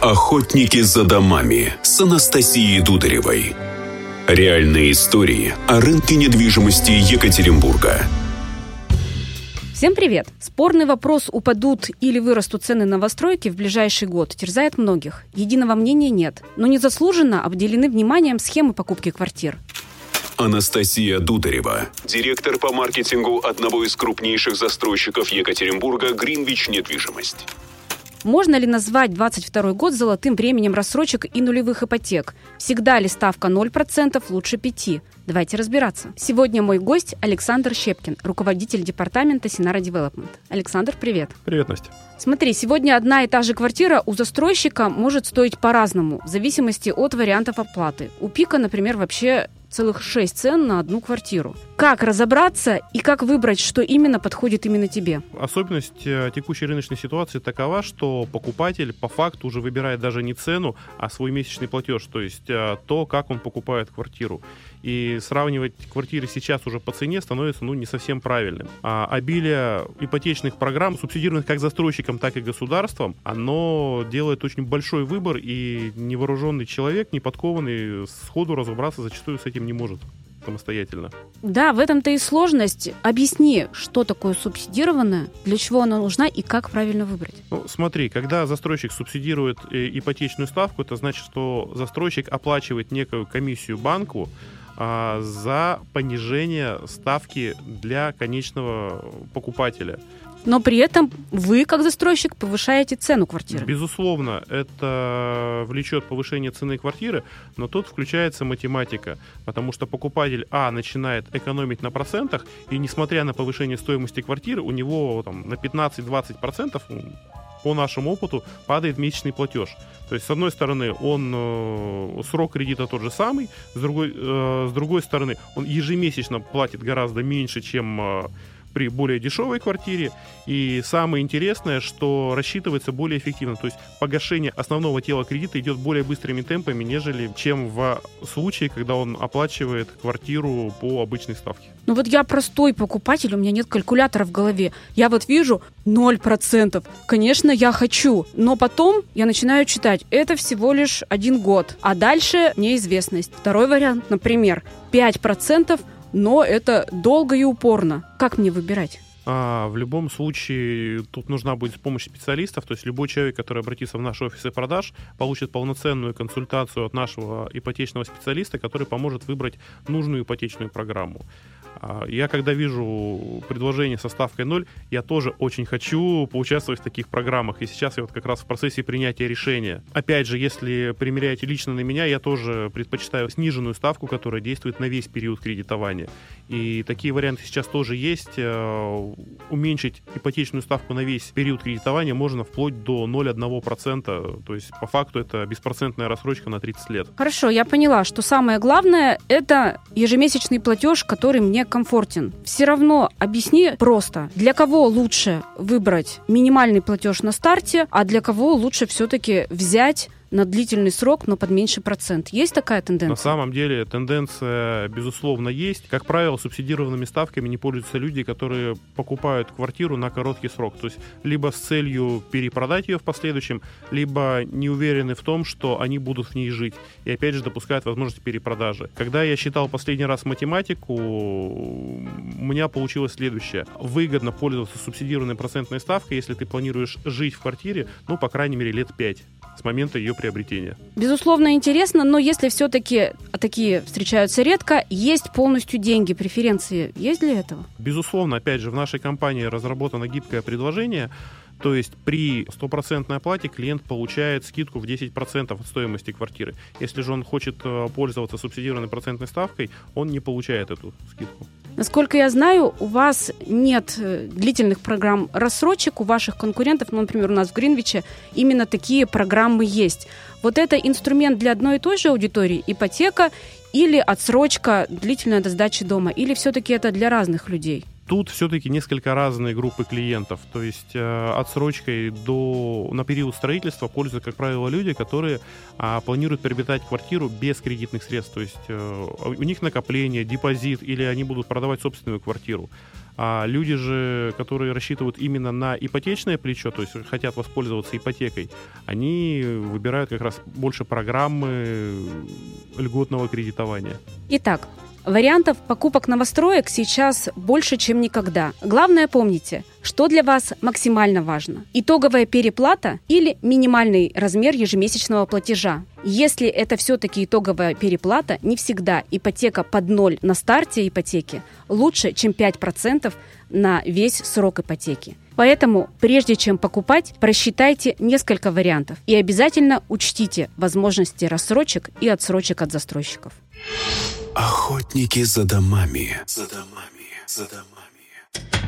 «Охотники за домами» с Анастасией Дударевой. Реальные истории о рынке недвижимости Екатеринбурга. Всем привет! Спорный вопрос, упадут или вырастут цены на новостройки в ближайший год, терзает многих. Единого мнения нет, но незаслуженно обделены вниманием схемы покупки квартир. Анастасия Дударева, директор по маркетингу одного из крупнейших застройщиков Екатеринбурга «Гринвич Недвижимость». Можно ли назвать 2022 год золотым временем рассрочек и нулевых ипотек? Всегда ли ставка 0%, лучше 5%? Давайте разбираться. Сегодня мой гость Александр Щепкин, руководитель департамента Синара Девелопмент. Александр, привет. Привет, Настя. Смотри, сегодня одна и та же квартира у застройщика может стоить по-разному, в зависимости от вариантов оплаты. У Пика, например, вообще целых 6 цен на одну квартиру. Как разобраться и как выбрать, что именно подходит именно тебе? Особенность текущей рыночной ситуации такова, что покупатель по факту уже выбирает даже не цену, а свой месячный платеж, то есть то, как он покупает квартиру. И сравнивать квартиры сейчас уже по цене становится не совсем правильным. А обилие ипотечных программ, субсидированных как застройщиком, так и государством, оно делает очень большой выбор, и невооруженный человек, не подкованный, сходу разобраться зачастую с этим не может самостоятельно. Да, в этом-то и сложность. Объясни, что такое субсидированное, для чего оно нужна и как правильно выбрать. Смотри, когда застройщик субсидирует ипотечную ставку, это значит, что застройщик оплачивает некую комиссию банку за понижение ставки для конечного покупателя. Но при этом вы, как застройщик, повышаете цену квартиры. Безусловно, это влечет повышение цены квартиры, но тут включается математика, потому что покупатель, начинает экономить на процентах, и несмотря на повышение стоимости квартиры, у него на 15-20% по нашему опыту падает месячный платеж. То есть, с одной стороны, срок кредита тот же самый, с другой стороны, он ежемесячно платит гораздо меньше, чем при более дешевой квартире. И самое интересное, что рассчитывается более эффективно. То есть погашение основного тела кредита идет более быстрыми темпами, нежели чем в случае, когда он оплачивает квартиру по обычной ставке. Я простой покупатель, у меня нет калькулятора в голове. Я вижу 0%. Конечно, я хочу. Но потом я начинаю читать. Это всего лишь 1 год. А дальше неизвестность. Второй вариант, например, 5%. Но это долго и упорно. Как мне выбирать? В любом случае, тут нужна будет помощь специалистов. То есть любой человек, который обратится в наш офис продаж, получит полноценную консультацию от нашего ипотечного специалиста, который поможет выбрать нужную ипотечную программу. Я, когда вижу предложение со ставкой 0, я тоже очень хочу поучаствовать в таких программах. И сейчас я как раз в процессе принятия решения. Опять же, если примеряете лично на меня, я тоже предпочитаю сниженную ставку, которая действует на весь период кредитования. И такие варианты сейчас тоже есть. Уменьшить ипотечную ставку на весь период кредитования можно вплоть до 0,1%. То есть, по факту, это беспроцентная рассрочка на 30 лет. Хорошо, я поняла, что самое главное – это ежемесячный платеж, который мне комфортен. Все равно объясни просто, для кого лучше выбрать минимальный платеж на старте, а для кого лучше все-таки взять на длительный срок, но под меньший процент. Есть такая тенденция? На самом деле тенденция, безусловно, есть. Как правило, субсидированными ставками не пользуются люди, которые покупают квартиру на короткий срок. То есть либо с целью перепродать ее в последующем, либо не уверены в том, что они будут в ней жить. И опять же допускают возможность перепродажи. Когда я считал последний раз математику, у меня получилось следующее. Выгодно пользоваться субсидированной процентной ставкой, если ты планируешь жить в квартире, по крайней мере, лет 5 с момента ее приобретения. Безусловно, интересно, но если все-таки такие встречаются редко, есть полностью деньги, преференции есть для этого? Безусловно, опять же, в нашей компании разработано гибкое предложение. То есть при стопроцентной оплате клиент получает скидку в 10% от стоимости квартиры. Если же он хочет пользоваться субсидированной процентной ставкой, он не получает эту скидку. Насколько я знаю, у вас нет длительных программ рассрочек, у ваших конкурентов, например, у нас в Гринвиче, именно такие программы есть. Вот это инструмент для одной и той же аудитории, ипотека или отсрочка, длительная до сдачи дома, или все-таки это для разных людей? Тут все-таки несколько разные группы клиентов. То есть отсрочкой на период строительства пользуются, как правило, люди, которые планируют приобретать квартиру без кредитных средств. То есть у них накопление, депозит, или они будут продавать собственную квартиру. А люди же, которые рассчитывают именно на ипотечное плечо, то есть хотят воспользоваться ипотекой, они выбирают как раз больше программы льготного кредитования. Итак, вариантов покупок новостроек сейчас больше, чем никогда. Главное, помните, что для вас максимально важно. Итоговая переплата или минимальный размер ежемесячного платежа. Если это все-таки итоговая переплата, не всегда ипотека под 0 на старте ипотеки лучше, чем 5% на весь срок ипотеки. Поэтому, прежде чем покупать, просчитайте несколько вариантов и обязательно учтите возможности рассрочек и отсрочек от застройщиков. Охотники за домами. За домами. За домами.